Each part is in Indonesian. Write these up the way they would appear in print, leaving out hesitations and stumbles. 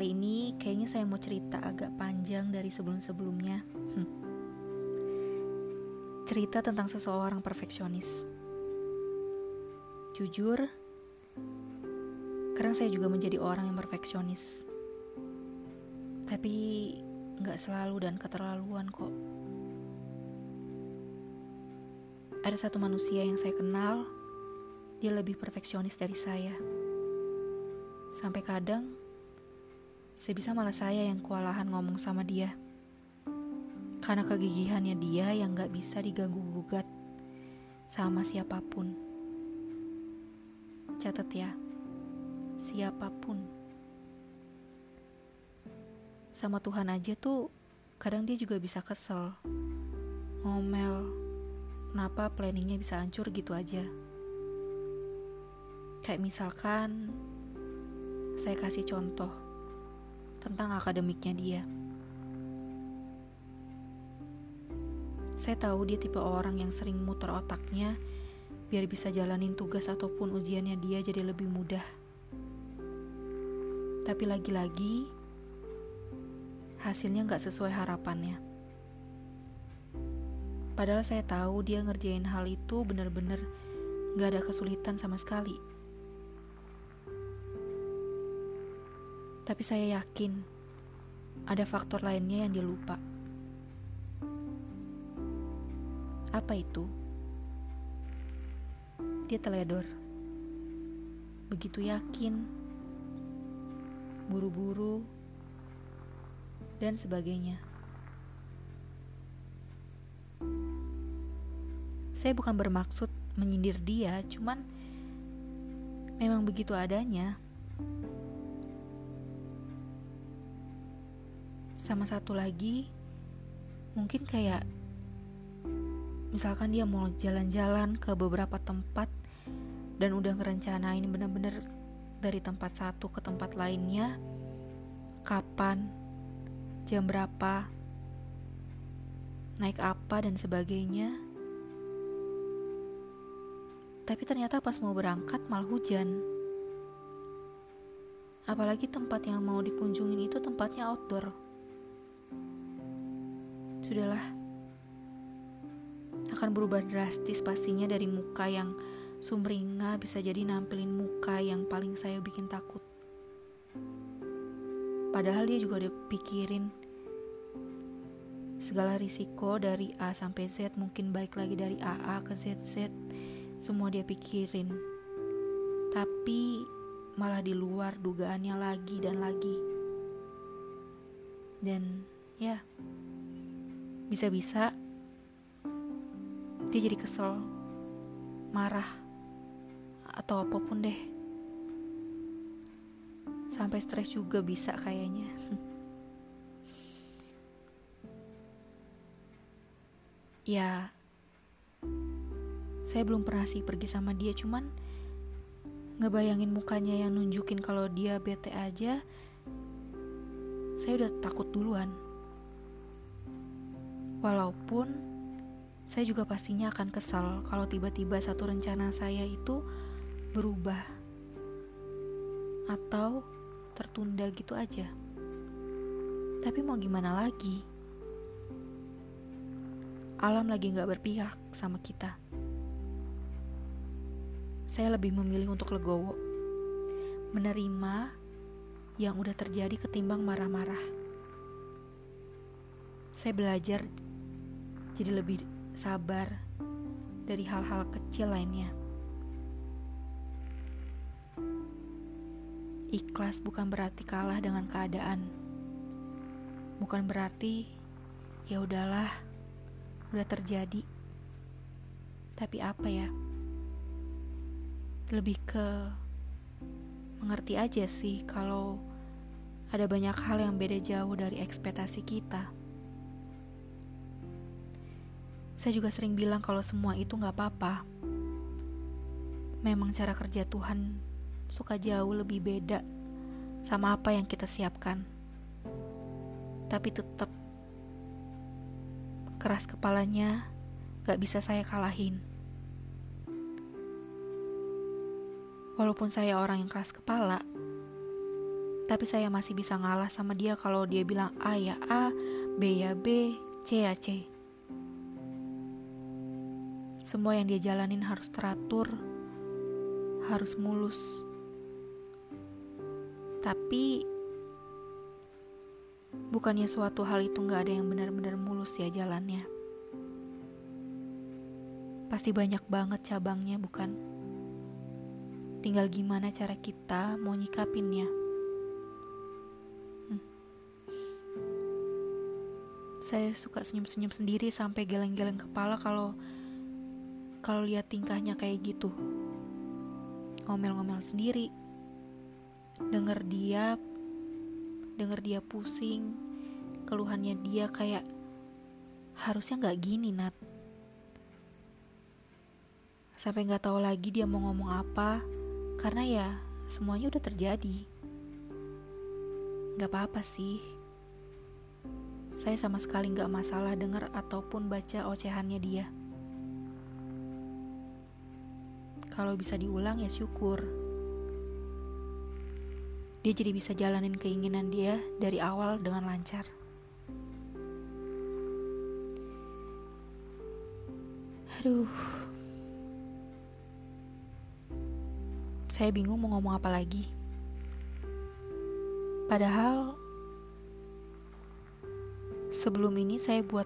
Kali ini kayaknya saya mau cerita agak panjang dari sebelum-sebelumnya. Cerita tentang seseorang perfeksionis. Jujur, kadang saya juga menjadi orang yang perfeksionis. Tapi gak selalu dan keterlaluan kok. Ada satu manusia yang saya kenal, dia lebih perfeksionis dari saya. Sampai kadang bisa-bisa malah saya yang kewalahan ngomong sama dia. Karena kegigihannya dia yang gak bisa diganggu-gugat sama siapapun. Catat ya, siapapun. Sama Tuhan aja tuh kadang dia juga bisa kesel, ngomel, kenapa planningnya bisa hancur gitu aja. Kayak misalkan saya kasih contoh tentang akademiknya dia. Saya tahu dia tipe orang yang sering muter otaknya biar bisa jalanin tugas ataupun ujiannya dia jadi lebih mudah. Tapi lagi-lagi hasilnya gak sesuai harapannya. Padahal saya tahu dia ngerjain hal itu bener-bener gak ada kesulitan sama sekali. Tapi saya yakin ada faktor lainnya yang dia lupa. Apa itu? Dia teledor. Begitu yakin, buru-buru, dan sebagainya. Saya bukan bermaksud menyindir dia, cuman memang begitu adanya. Sama satu lagi, mungkin kayak misalkan dia mau jalan-jalan ke beberapa tempat dan udah ngerencanain bener-bener dari tempat satu ke tempat lainnya, kapan, jam berapa, naik apa dan sebagainya. Tapi ternyata pas mau berangkat malah hujan. Apalagi tempat yang mau dikunjungin itu tempatnya outdoor. Sudahlah, akan berubah drastis pastinya dari muka yang sumringah bisa jadi nampilin muka yang paling saya bikin takut. Padahal dia juga udah pikirin segala risiko dari A sampai Z, mungkin baik lagi dari AA ke ZZ, semua dia pikirin. Tapi malah di luar dugaannya lagi dan lagi. Dan ya, bisa-bisa dia jadi kesel, marah, atau apapun deh. Sampai stres juga bisa kayaknya. Ya, saya belum pernah sih pergi sama dia, cuman ngebayangin mukanya yang nunjukin kalau dia bete aja, saya udah takut duluan. Walaupun saya juga pastinya akan kesal kalau tiba-tiba satu rencana saya itu berubah atau tertunda gitu aja. Tapi mau gimana lagi? Alam lagi gak berpihak sama kita. Saya lebih memilih untuk legowo, menerima yang udah terjadi ketimbang marah-marah. Saya belajar jadi lebih sabar dari hal-hal kecil lainnya. Ikhlas bukan berarti kalah dengan keadaan. Bukan berarti ya udahlah, udah terjadi. Tapi apa ya? Lebih ke mengerti aja sih kalau ada banyak hal yang beda jauh dari ekspektasi kita. Saya juga sering bilang kalau semua itu gak apa-apa. Memang cara kerja Tuhan suka jauh lebih beda sama apa yang kita siapkan. Tapi tetap keras kepalanya gak bisa saya kalahin. Walaupun saya orang yang keras kepala, Tapi saya masih bisa ngalah sama dia kalau dia bilang A ya A, B ya B, C ya C. Semua yang dia jalanin harus teratur, harus mulus. Tapi bukannya suatu hal itu gak ada yang benar-benar mulus ya jalannya. Pasti banyak banget cabangnya, bukan? Tinggal gimana cara kita mau nyikapinnya. Saya suka senyum-senyum sendiri sampai geleng-geleng kepala kalau lihat tingkahnya kayak gitu. Ngomel-ngomel sendiri. Denger dia pusing, keluhannya dia kayak harusnya gak gini, Nat. Sampai gak tahu lagi dia mau ngomong apa, karena ya semuanya udah terjadi. Gak apa-apa sih. Saya sama sekali gak masalah denger ataupun baca ocehannya dia. Kalau bisa diulang ya syukur. Dia jadi bisa jalanin keinginan dia dari awal dengan lancar. Aduh. Saya bingung mau ngomong apa lagi. Padahal sebelum ini saya buat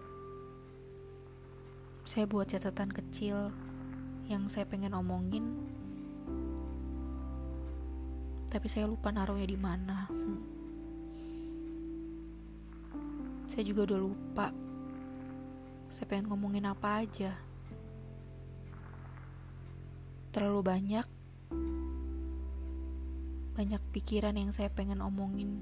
catatan kecil yang saya pengen omongin, tapi saya lupa naruhnya di mana. Saya juga udah lupa saya pengen ngomongin apa aja. Terlalu banyak pikiran yang saya pengen omongin.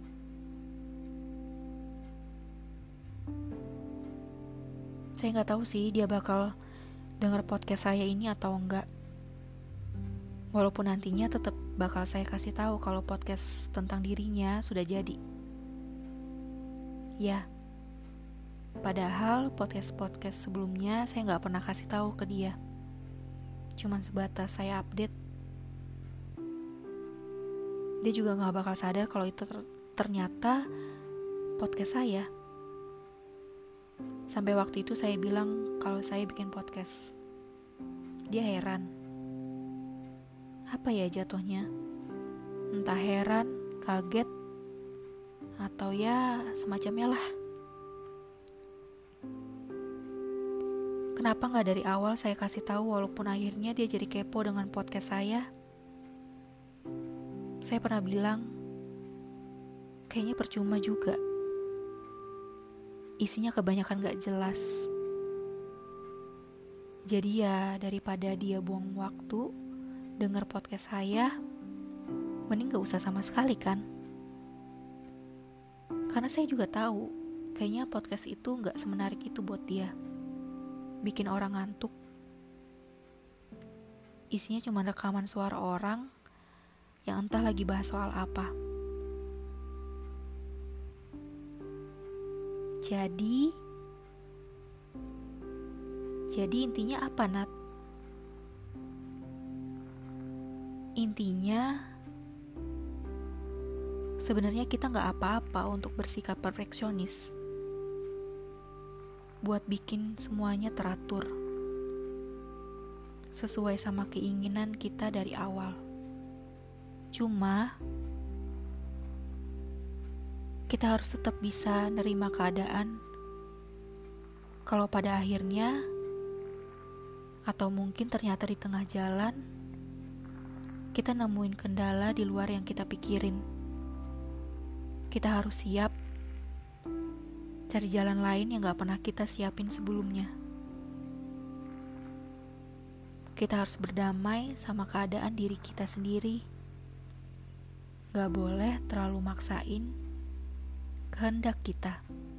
Saya gak tahu sih dia bakal denger podcast saya ini atau enggak. Walaupun nantinya tetap bakal saya kasih tahu kalau podcast tentang dirinya sudah jadi. Ya, padahal podcast sebelumnya saya gak pernah kasih tahu ke dia. Cuman sebatas saya update. Dia juga gak bakal sadar kalau itu ternyata podcast saya. Sampai waktu itu saya bilang kalau saya bikin podcast. Dia heran. Apa ya jatuhnya? Entah heran, kaget, atau ya semacamnya lah. Kenapa gak dari awal saya kasih tahu walaupun akhirnya dia jadi kepo dengan podcast saya? Saya pernah bilang, kayaknya percuma juga. Isinya kebanyakan gak jelas. Jadi ya daripada dia buang waktu denger podcast saya, mending gak usah sama sekali kan. Karena saya juga tahu kayaknya podcast itu gak semenarik itu buat dia. Bikin orang ngantuk. Isinya cuma rekaman suara orang yang entah lagi bahas soal apa. Jadi intinya apa, Nat? Intinya sebenarnya kita gak apa-apa untuk bersikap perfeksionis, buat bikin semuanya teratur sesuai sama keinginan kita dari awal. Cuma kita harus tetap bisa nerima keadaan kalau pada akhirnya atau mungkin ternyata di tengah jalan kita nemuin kendala di luar yang kita pikirin. Kita harus siap cari jalan lain yang gak pernah kita siapin sebelumnya. Kita harus berdamai sama keadaan diri kita sendiri. Gak boleh terlalu maksain kehendak kita.